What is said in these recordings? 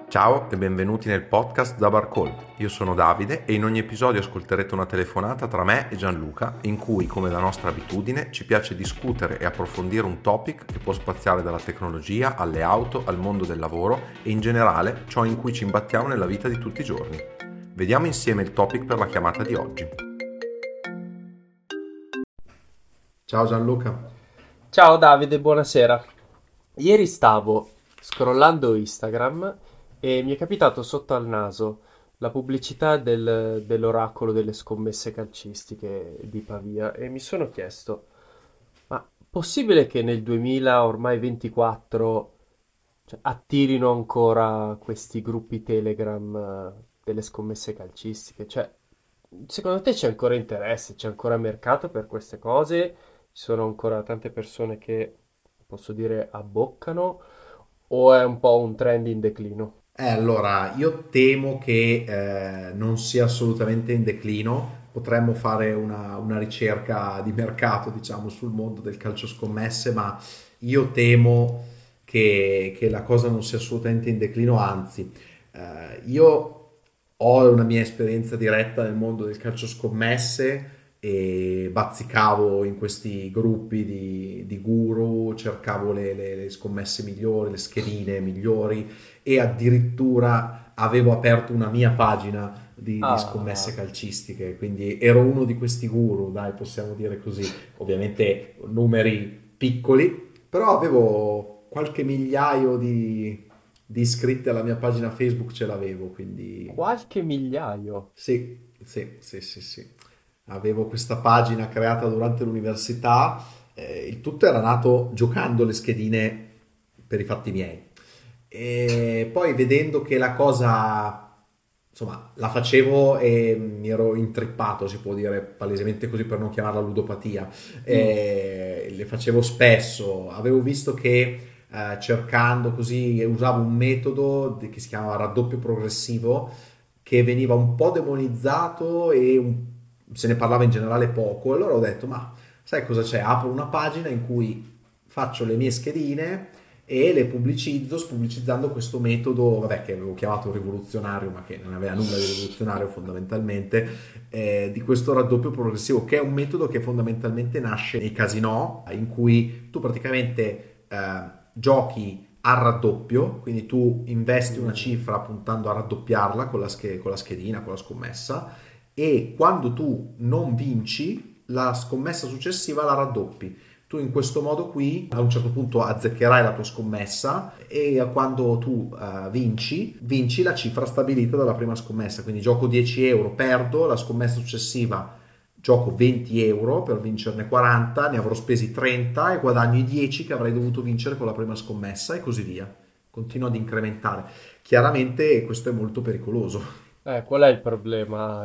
Ciao e benvenuti nel podcast da Barcall. Io sono Davide e in ogni episodio ascolterete una telefonata tra me e Gianluca in cui, come da nostra abitudine, ci piace discutere e approfondire un topic che può spaziare dalla tecnologia alle auto, al mondo del lavoro e in generale ciò in cui ci imbattiamo nella vita di tutti i giorni. Vediamo insieme il topic per la chiamata di oggi. Ciao Gianluca. Ciao Davide, buonasera. Ieri stavo scrollando Instagram e mi è capitato sotto al naso la pubblicità dell'oracolo delle scommesse calcistiche di Pavia e mi sono chiesto, ma possibile che nel 2000 ormai 24 attirino ancora questi gruppi Telegram delle scommesse calcistiche? Cioè, secondo te c'è ancora interesse, c'è ancora mercato per queste cose? Ci sono ancora tante persone che, posso dire, abboccano o è un po' un trend in declino? Allora, io temo che non sia assolutamente in declino. Potremmo fare una ricerca di mercato, diciamo, sul mondo del calcio scommesse, ma io temo che la cosa non sia assolutamente in declino, anzi, io ho una mia esperienza diretta nel mondo del calcio scommesse e bazzicavo in questi gruppi di guru, cercavo le scommesse migliori, le schedine migliori e addirittura avevo aperto una mia pagina di scommesse Ah, calcistiche, quindi ero uno di questi guru, dai, possiamo dire così. Ovviamente numeri piccoli, però avevo qualche migliaio di iscritti alla mia pagina Facebook, ce l'avevo, quindi qualche migliaio. sì, sì, sì, sì, sì. Avevo questa pagina creata durante l'università, il tutto era nato giocando le schedine per i fatti miei. E poi vedendo che la cosa, insomma, la facevo e mi ero intrippato, si può dire palesemente così per non chiamarla ludopatia, Mm. le facevo spesso, avevo visto che cercando così usavo un metodo che si chiamava raddoppio progressivo che veniva un po' demonizzato e se ne parlava in generale poco. Allora ho detto, ma sai cosa c'è? Apro una pagina in cui faccio le mie schedine e le pubblicizzo, spubblicizzando questo metodo, vabbè, che avevo chiamato rivoluzionario, ma che non aveva nulla di rivoluzionario fondamentalmente, di questo raddoppio progressivo, che è un metodo che fondamentalmente nasce nei casinò, in cui tu praticamente giochi al raddoppio, quindi tu investi una Mm. cifra puntando a raddoppiarla con la schedina, con la scommessa, e quando tu non vinci, la scommessa successiva la raddoppi. Tu in questo modo qui a un certo punto azzeccherai la tua scommessa e quando tu vinci la cifra stabilita dalla prima scommessa. Quindi gioco 10 euro, perdo, la scommessa successiva gioco 20 euro per vincerne 40, ne avrò spesi 30 e guadagno i 10 che avrei dovuto vincere con la prima scommessa e così via. Continuo ad incrementare. Chiaramente questo è molto pericoloso. Qual è il problema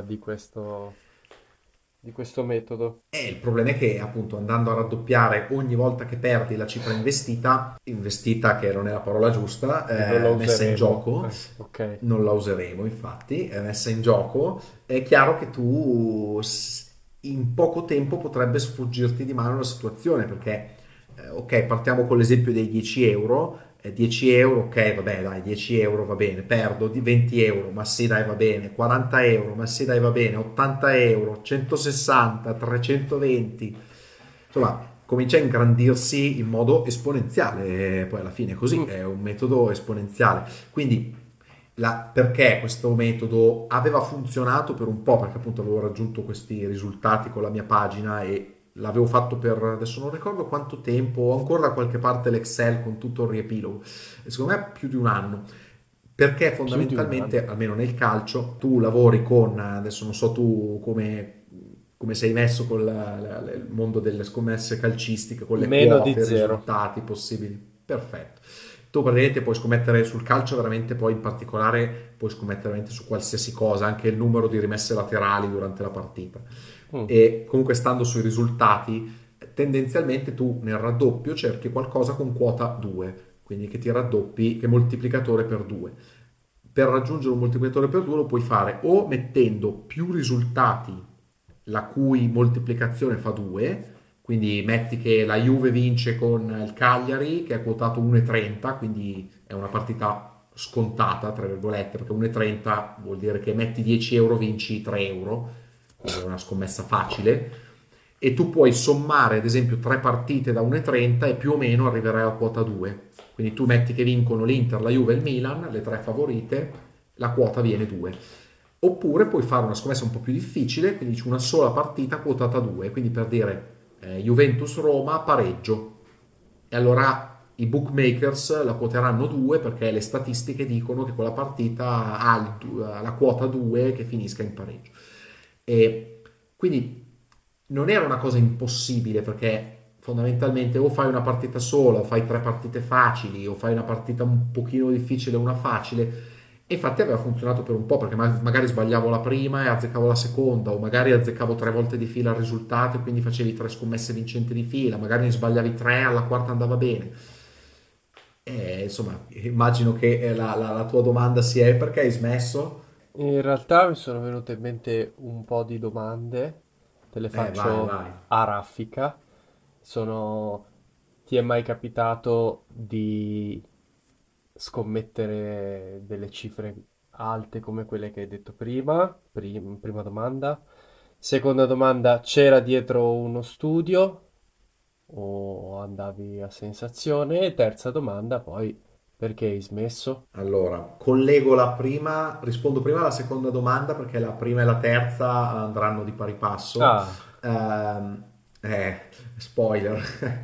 di questo metodo? E il problema è che appunto andando a raddoppiare ogni volta che perdi la cifra investita che non è la parola Che non la giusta, messa in useremo. gioco, Ok. non la useremo infatti, è messa in gioco, è chiaro che in poco tempo potrebbe sfuggirti di mano la situazione perché, ok, partiamo con l'esempio dei 10 euro, 10 euro, ok, vabbè, dai, 10 euro va bene, perdo di 20 euro, ma sì, dai, va bene, 40 euro, ma sì, dai, va bene, 80 euro, 160, 320, insomma, comincia a ingrandirsi in modo esponenziale, poi alla fine è così, Mm. è un metodo esponenziale. Quindi, perché questo metodo aveva funzionato per un po', perché appunto avevo raggiunto questi risultati con la mia pagina e l'avevo fatto per adesso non ricordo quanto tempo, ho ancora da qualche parte l'Excel con tutto il riepilogo, e secondo me più di un anno. Perché Più di un fondamentalmente, anno. almeno nel calcio, tu lavori con, adesso non so tu come sei messo con il mondo delle scommesse calcistiche, con le Meno di quote, zero. risultati possibili. Perfetto. Tu praticamente puoi scommettere sul calcio veramente, poi in particolare puoi scommettere veramente su qualsiasi cosa, anche il numero di rimesse laterali durante la partita. Mm. E comunque stando sui risultati, tendenzialmente tu nel raddoppio cerchi qualcosa con quota 2, quindi che ti raddoppi, che moltiplicatore per 2. Per raggiungere un moltiplicatore per 2 lo puoi fare o mettendo più risultati la cui moltiplicazione fa 2, quindi metti che la Juve vince con il Cagliari che è quotato 1,30, quindi è una partita scontata, tra virgolette, perché 1,30 vuol dire che metti 10 euro, vinci 3 euro, quindi è una scommessa facile, e tu puoi sommare ad esempio tre partite da 1,30 e più o meno arriverai a quota 2. Quindi tu metti che vincono l'Inter, la Juve e il Milan, le tre favorite, la quota viene 2. Oppure puoi fare una scommessa un po' più difficile, quindi una sola partita quotata 2, quindi per dire Juventus-Roma pareggio. E allora i bookmakers la quoteranno 2 perché le statistiche dicono che quella partita ha la quota 2 che finisca in pareggio. E quindi non era una cosa impossibile perché fondamentalmente o fai una partita sola, o fai tre partite facili, o fai una partita un pochino difficile e una facile. E infatti aveva funzionato per un po' perché magari sbagliavo la prima e azzeccavo la seconda, o magari azzeccavo tre volte di fila il risultato e quindi facevi tre scommesse vincenti di fila, magari ne sbagliavi tre, alla quarta andava bene. Insomma, immagino che la tua domanda sia perché hai smesso? In realtà mi sono venute in mente un po' di domande, te le Vai, faccio vai. a raffica. Sono... Ti è mai capitato di scommettere delle cifre alte come quelle che hai detto prima? Prima domanda. Seconda domanda, c'era dietro uno studio o andavi a sensazione? E terza domanda, poi, perché hai smesso? Allora, collego la prima, rispondo prima alla seconda domanda perché la prima e la terza andranno di pari passo. Ah, Ehm, eh, spoiler.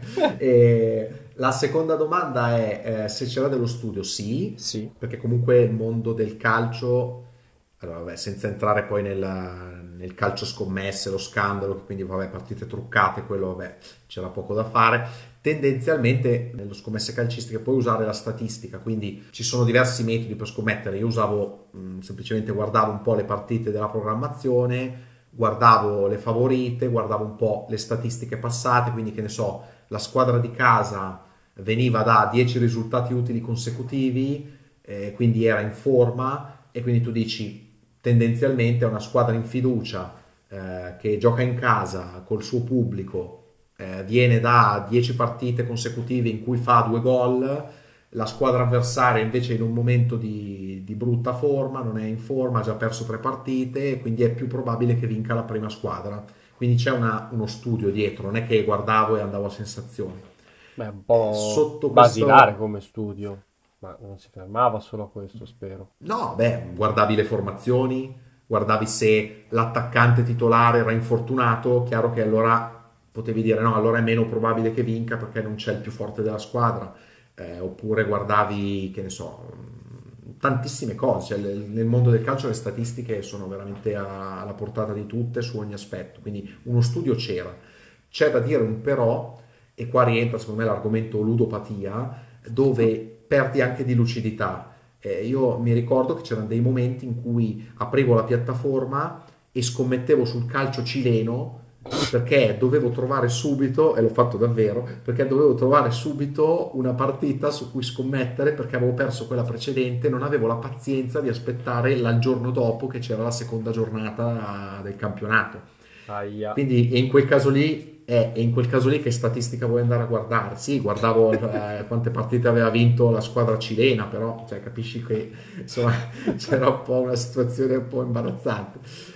La seconda domanda è se c'era dello studio. Sì, sì. perché comunque il mondo del calcio, allora, vabbè, senza entrare poi nel calcio scommesse, lo scandalo, quindi vabbè, partite truccate, quello vabbè, c'era poco da fare. Tendenzialmente nello scommesse calcistiche puoi usare la statistica, quindi ci sono diversi metodi per scommettere. Io usavo semplicemente guardavo un po' le partite della programmazione, guardavo le favorite, guardavo un po' le statistiche passate, quindi che ne so, la squadra di casa veniva da 10 risultati utili consecutivi, quindi era in forma e quindi tu dici tendenzialmente è una squadra in fiducia che gioca in casa col suo pubblico, viene da 10 partite consecutive in cui fa due gol, la squadra avversaria invece è in un momento di brutta forma, non è in forma, ha già perso tre partite, quindi è più probabile che vinca la prima squadra. Quindi c'è uno studio dietro, non è che guardavo e andavo a sensazione. Beh, un po' Sotto basilare questo come studio, ma non si fermava solo a questo, spero. No, beh, guardavi le formazioni, guardavi se l'attaccante titolare era infortunato, chiaro che allora potevi dire no, allora è meno probabile che vinca perché non c'è il più forte della squadra. Oppure guardavi, che ne so, tantissime cose. Cioè, nel mondo del calcio le statistiche sono veramente alla portata di tutte su ogni aspetto, quindi uno studio c'era. C'è da dire un però, e qua rientra secondo me l'argomento ludopatia, dove perdi anche di lucidità. Io mi ricordo che c'erano dei momenti in cui aprivo la piattaforma e scommettevo sul calcio cileno perché dovevo trovare subito, e l'ho fatto davvero, perché dovevo trovare subito una partita su cui scommettere perché avevo perso quella precedente, non avevo la pazienza di aspettare il giorno dopo che c'era la seconda giornata del campionato. Aia. Quindi è in quel caso lì che statistica vuoi andare a guardare? Sì, guardavo quante partite aveva vinto la squadra cilena, però cioè, capisci che insomma, c'era un po' una situazione un po' imbarazzante.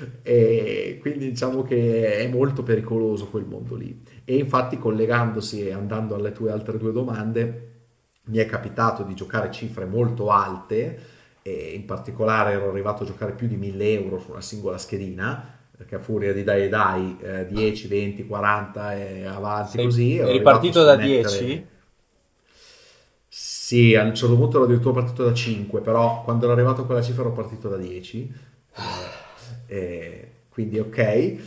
E quindi diciamo che è molto pericoloso quel mondo lì. E infatti collegandosi e andando alle tue altre due domande, mi è capitato di giocare cifre molto alte e in particolare ero arrivato a giocare più di 1000 euro su una singola schedina perché a furia di dai e dai 10, 20, 40 e avanti così ero Eri arrivato a partito da 10? scommettere. Sì, a un certo punto ero addirittura partito da 5, però quando ero arrivato a quella cifra ero partito da 10. Quindi vabbè, quindi ok.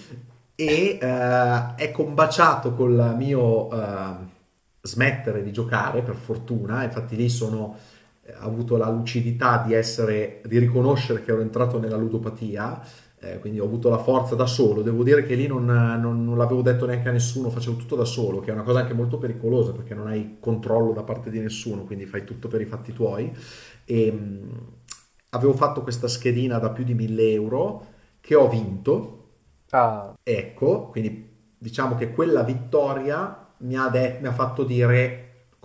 È combaciato col mio smettere di giocare, per fortuna. Infatti lì ho avuto la lucidità di riconoscere che ero entrato nella ludopatia, quindi ho avuto la forza da solo. Devo dire che lì non l'avevo detto neanche a nessuno, facevo tutto da solo, che è una cosa anche molto pericolosa perché non hai controllo da parte di nessuno, quindi fai tutto per i fatti tuoi. E, avevo fatto questa schedina da più di 1000 euro che ho vinto. Ah, Ecco, quindi diciamo che quella vittoria mi ha fatto dire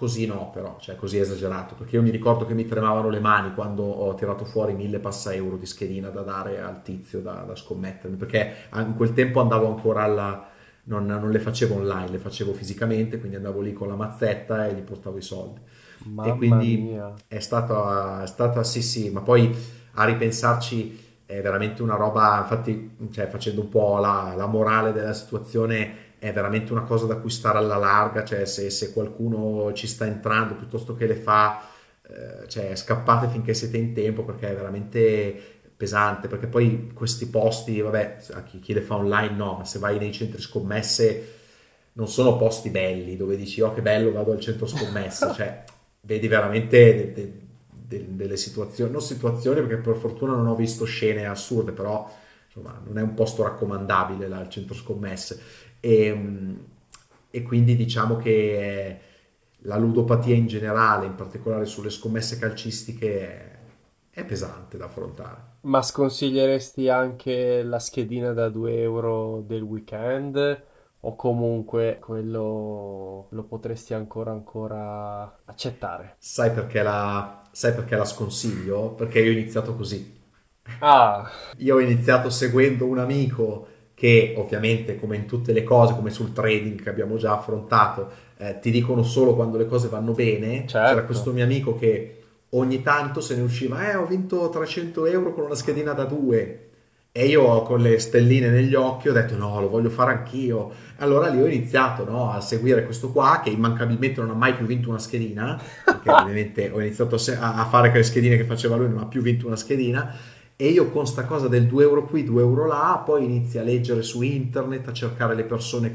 così no, però, cioè così esagerato, perché io mi ricordo che mi tremavano le mani quando ho tirato fuori 1000 passa euro di schedina da dare al tizio da scommettermi, perché in quel tempo andavo ancora non le facevo online, le facevo fisicamente, quindi andavo lì con la mazzetta e gli portavo i soldi. E Mamma quindi mia. è stata sì sì, ma poi a ripensarci è veramente una roba, infatti, cioè, facendo un po' la morale della situazione, è veramente una cosa da cui stare alla larga, cioè se qualcuno ci sta entrando piuttosto che le fa, cioè scappate finché siete in tempo perché è veramente pesante, perché poi questi posti, vabbè, a chi le fa online no, ma se vai nei centri scommesse non sono posti belli dove dici oh che bello vado al centro scommesse, cioè vedi veramente delle situazioni, non situazioni perché per fortuna non ho visto scene assurde, però insomma non è un posto raccomandabile là, il centro scommesse e, e quindi diciamo che la ludopatia in generale, in particolare sulle scommesse calcistiche, è pesante da affrontare. Ma sconsiglieresti anche la schedina da 2 euro del weekend? O comunque quello lo potresti ancora accettare? Sai perché la sconsiglio? Perché io ho iniziato così. Ah, Io ho iniziato seguendo un amico che ovviamente come in tutte le cose, come sul trading che abbiamo già affrontato, ti dicono solo quando le cose vanno bene. C'era questo certo. mio amico che ogni tanto se ne usciva, ho vinto 300 euro con una schedina da 2. E io con le stelline negli occhi ho detto no, lo voglio fare anch'io. Allora lì ho iniziato, no, a seguire questo qua che immancabilmente non ha mai più vinto una schedina, perché ovviamente ho iniziato a fare quelle schedine che faceva lui, non ha più vinto una schedina. E io con sta cosa del 2 euro qui, 2 euro là, poi inizi a leggere su internet, a cercare le persone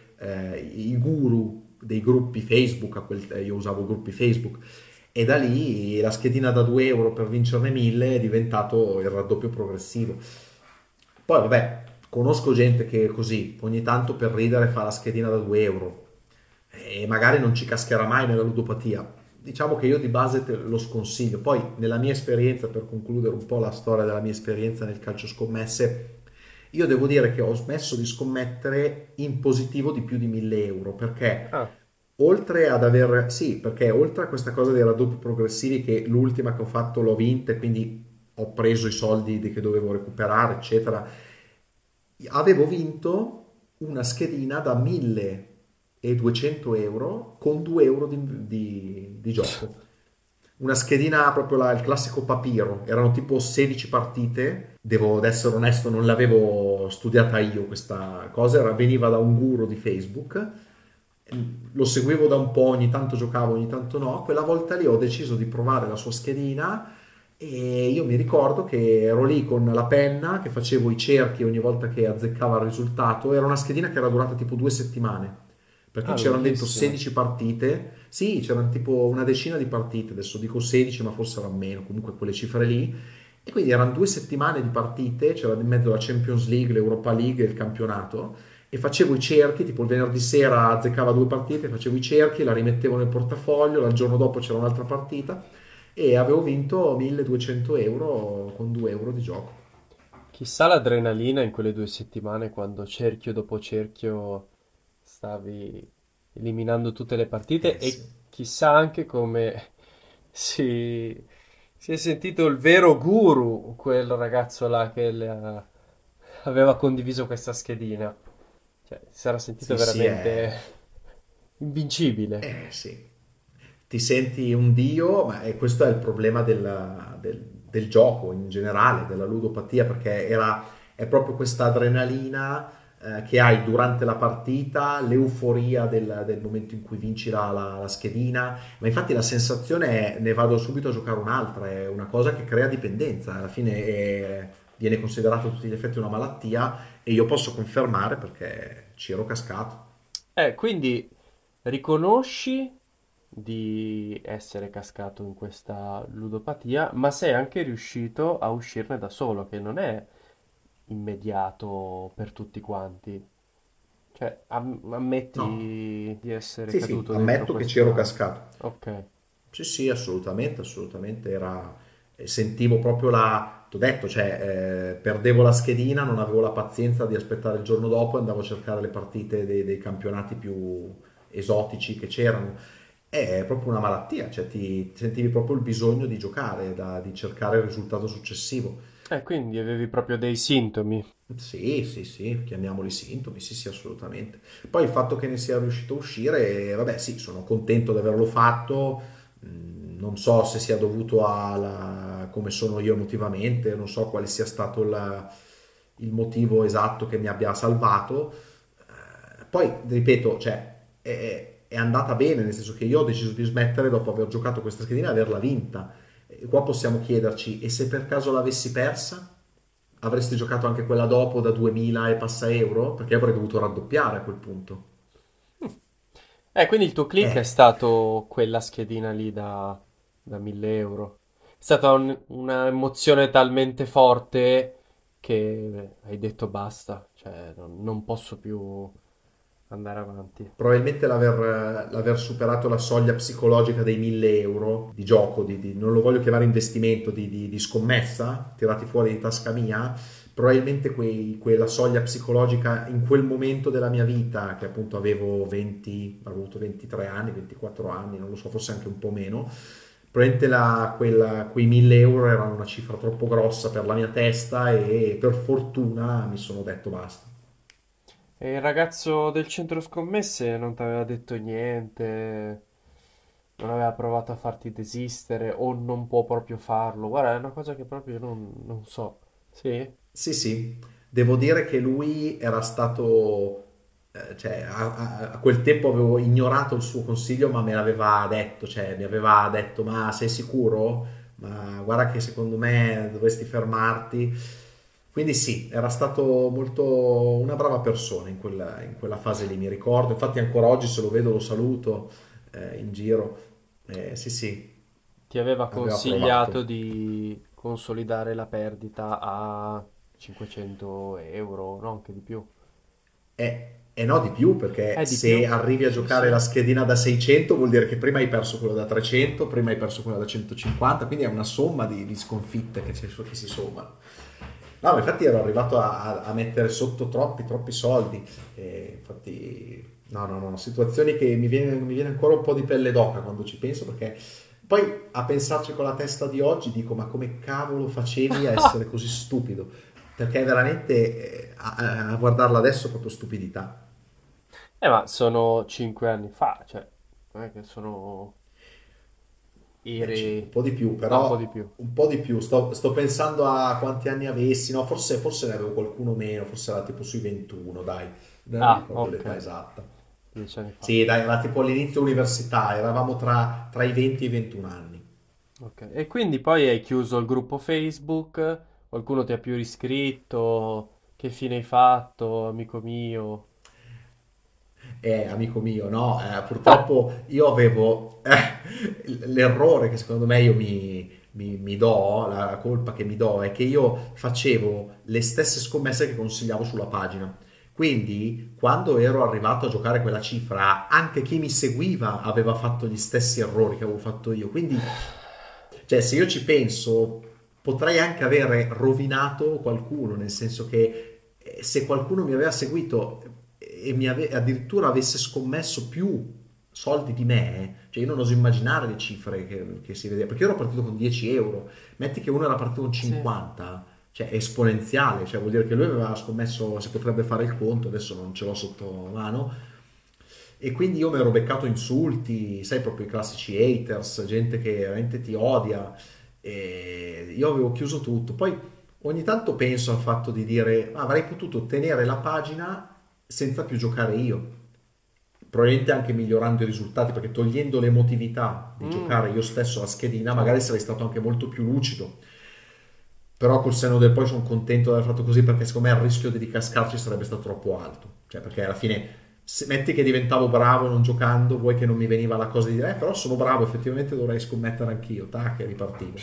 i guru dei gruppi Facebook, io usavo gruppi Facebook, e da lì la schedina da 2 euro per vincerne 1000 è diventato il raddoppio progressivo. Poi vabbè, conosco gente che è così, ogni tanto per ridere fa la schedina da 2 euro e magari non ci cascherà mai nella ludopatia. Diciamo che io di base te lo sconsiglio. Poi, nella mia esperienza, per concludere un po' la storia della mia esperienza nel calcio scommesse, io devo dire che ho smesso di scommettere in positivo di più di 1000 euro perché Ah, sì, perché oltre a questa cosa dei raddoppi progressivi, che l'ultima che ho fatto l'ho vinta, e quindi ho preso i soldi che dovevo recuperare, eccetera, avevo vinto una schedina da 1200 euro con 2 euro di gioco. Una schedina proprio il classico papiro, erano tipo 16 partite, devo ad essere onesto, non l'avevo studiata io questa cosa, veniva da un guru di Facebook, lo seguivo da un po', ogni tanto giocavo, ogni tanto no, quella volta lì ho deciso di provare la sua schedina e io mi ricordo che ero lì con la penna, che facevo i cerchi ogni volta che azzeccava il risultato. Era una schedina che era durata tipo 2 settimane, perché ah, c'erano dentro lunghissimo. 16 partite. Sì, c'erano tipo una decina di partite, adesso dico 16, ma forse erano meno, comunque quelle cifre lì. E quindi erano 2 settimane di partite, c'era in mezzo la Champions League, l'Europa League e il campionato. E facevo i cerchi, tipo il venerdì sera azzeccava 2 partite, facevo i cerchi, la rimettevo nel portafoglio, il giorno dopo c'era un'altra partita e avevo vinto 1200 euro con 2 euro di gioco. Chissà l'adrenalina in quelle 2 settimane quando cerchio dopo cerchio stavi eliminando tutte le partite Eh e sì. chissà anche come si, si è sentito il vero guru, quel ragazzo là che aveva condiviso questa schedina. Cioè, si sarà sentito Sì, sì, veramente invincibile. sì. Ti senti un dio, ma questo è il problema del gioco in generale, della ludopatia, perché è proprio questa adrenalina che hai durante la partita, l'euforia del momento in cui vinci la schedina, ma infatti la sensazione è ne vado subito a giocare un'altra, è una cosa che crea dipendenza, alla fine viene considerato a tutti gli effetti una malattia e io posso confermare perché ci ero cascato. Quindi riconosci di essere cascato in questa ludopatia, ma sei anche riuscito a uscirne da solo, che non è immediato per tutti quanti. Cioè, No, ammetti di essere sì, sì, caduto dentro ammetto che ci ero questa... cascato. Ok. Sì, sì, assolutamente, assolutamente sentivo proprio t'ho detto, cioè, perdevo la schedina, non avevo la pazienza di aspettare il giorno dopo e andavo a cercare le partite dei campionati più esotici che c'erano. è proprio una malattia, cioè ti sentivi proprio il bisogno di giocare, di cercare il risultato successivo. Quindi avevi proprio dei sintomi. Sì, sì, sì, chiamiamoli sintomi, sì, sì, assolutamente. Poi il fatto che ne sia riuscito a uscire, vabbè, sì, sono contento di averlo fatto. Non so se sia dovuto come sono io emotivamente, non so quale sia stato il motivo esatto che mi abbia salvato. Poi, ripeto, cioè, è andata bene, nel senso che io ho deciso di smettere dopo aver giocato questa schedina e averla vinta. E qua possiamo chiederci, e se per caso l'avessi persa? Avresti giocato anche quella dopo da 2000 e passa euro? Perché avrei dovuto raddoppiare a quel punto. Quindi il tuo click è Eh, stato quella schedina lì da 1000 euro. È stata una emozione talmente forte che hai detto basta, cioè non posso più andare avanti. probabilmente l'aver superato la soglia psicologica dei 1000 euro di gioco, non lo voglio chiamare investimento, di scommessa, tirati fuori di tasca mia, probabilmente quella soglia psicologica in quel momento della mia vita, che appunto avevo 20, avevo avuto 23 anni, 24 anni, non lo so, forse anche un po' meno, probabilmente quei 1000 euro erano una cifra troppo grossa per la mia testa e per fortuna mi sono detto basta. E il ragazzo del centro scommesse non ti aveva detto niente, non aveva provato a farti desistere o non può proprio farlo. Guarda, è una cosa che proprio non so. Sì? Sì, sì, devo dire che lui era stato, cioè a quel tempo avevo ignorato il suo consiglio, ma me l'aveva detto, cioè mi aveva detto, ma sei sicuro? Ma guarda che secondo me dovresti fermarti. Quindi sì, era stato molto una brava persona in quella fase lì, mi ricordo. Infatti ancora oggi se lo vedo lo saluto in giro. Sì, sì, Ti aveva aveva consigliato provato. di consolidare la perdita a 500 euro, no, anche di più. E no di più, perché Di più? se arrivi a Sì, giocare la sì. schedina da 600 vuol dire che prima hai perso quello da 300, prima hai perso quello da 150, quindi è una somma di sconfitte che si sommano. No, ma infatti ero arrivato a mettere sotto troppi soldi. E infatti, no, no, no, situazioni che mi viene ancora un po' di pelle d'oca quando ci penso, perché poi a pensarci con la testa di oggi dico, ma come cavolo facevi a essere così stupido? Perché veramente a guardarla adesso è proprio stupidità. Ma sono 5 anni fa, cioè, non è che sono Beh, 5, un iri... po' di più, Ah, un po' di però più. un po' di più. Sto pensando a quanti anni avessi, no, forse ne avevo qualcuno meno, forse era tipo sui 21, dai, non mi Ah, ricordo ok, l'età esatta. 10 anni fa. Sì, dai, era tipo all'inizio università, eravamo tra i 20 e i 21 anni. Ok, e quindi poi hai chiuso il gruppo Facebook, qualcuno ti ha più riscritto, che fine hai fatto, amico mio? Amico mio, no, purtroppo io avevo l'errore che secondo me io mi do, la colpa che mi do è che io facevo le stesse scommesse che consigliavo sulla pagina. Quindi, quando ero arrivato a giocare quella cifra, anche chi mi seguiva aveva fatto gli stessi errori che avevo fatto io. Quindi, cioè, se io ci penso, potrei anche aver rovinato qualcuno, nel senso che se qualcuno mi aveva seguito e addirittura avesse scommesso più soldi di me, cioè io non oso immaginare le cifre che si vedeva, perché io ero partito con 10 euro, metti che uno era partito con Sì. 50, cioè è esponenziale, cioè vuol dire che lui aveva scommesso, si potrebbe fare il conto, adesso non ce l'ho sotto mano, e quindi io mi ero beccato insulti, sai, proprio i classici haters, gente che veramente ti odia, e io avevo chiuso tutto. Poi ogni tanto penso al fatto di dire, "Ah, avrei potuto tenere la pagina senza più giocare io, probabilmente anche migliorando i risultati, perché togliendo l'emotività di Mm, giocare io stesso la schedina, magari certo. sarei stato anche molto più lucido. Però col senno del poi sono contento di aver fatto così perché secondo me il rischio di ricascarci sarebbe stato troppo alto. Cioè, perché alla fine, se metti che diventavo bravo non giocando, vuoi che non mi veniva la cosa di dire, però sono bravo, effettivamente dovrei scommettere anch'io, tac, e ripartivo.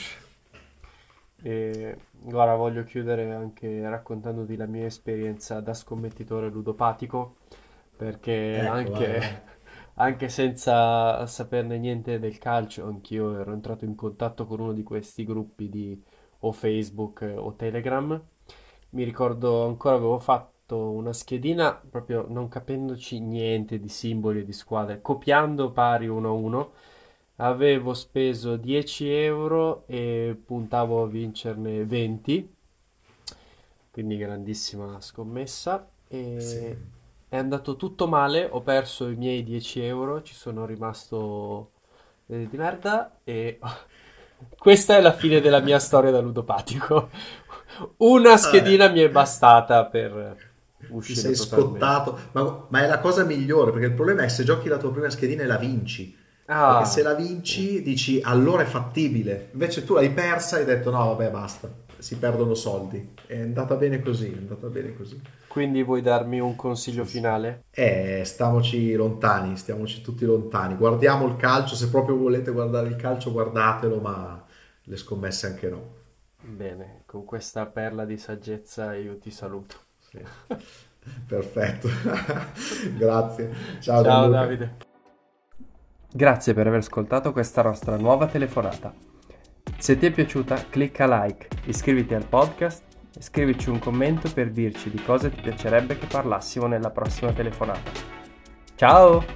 E guarda, voglio chiudere anche raccontandoti la mia esperienza da scommettitore ludopatico, perché Ecco, vai, anche, vai. anche senza saperne niente del calcio, anch'io ero entrato in contatto con uno di questi gruppi di o Facebook o Telegram. Mi ricordo ancora, avevo fatto fatto una schedina proprio non capendoci niente di simboli e di squadre, copiando pari uno a uno. Avevo speso 10 euro e puntavo a vincerne 20, quindi grandissima scommessa. Sì. E è andato tutto male, ho perso i miei 10 euro, ci sono rimasto di merda e questa è la fine della mia storia da ludopatico. Una Ah, schedina mi è bastata per ti uscire sei totalmente. scottato, ma è la cosa migliore perché il problema è se giochi la tua prima schedina e la vinci. Perché se Ah, la sì. vinci dici allora è fattibile, invece tu l'hai persa e hai detto no, vabbè, basta, si perdono soldi. È andata bene così, è andata bene così. Quindi vuoi darmi un consiglio Sì, sì. finale? Stiamoci lontani, stiamoci tutti lontani. Guardiamo il calcio, se proprio volete guardare il calcio, guardatelo, ma le scommesse anche no. Bene, con questa perla di saggezza io ti saluto. Sì. Perfetto. Grazie. Ciao Ciao Gianluca. Davide. Grazie per aver ascoltato questa nostra nuova telefonata. Se ti è piaciuta, clicca like, iscriviti al podcast e scrivici un commento per dirci di cosa ti piacerebbe che parlassimo nella prossima telefonata. Ciao!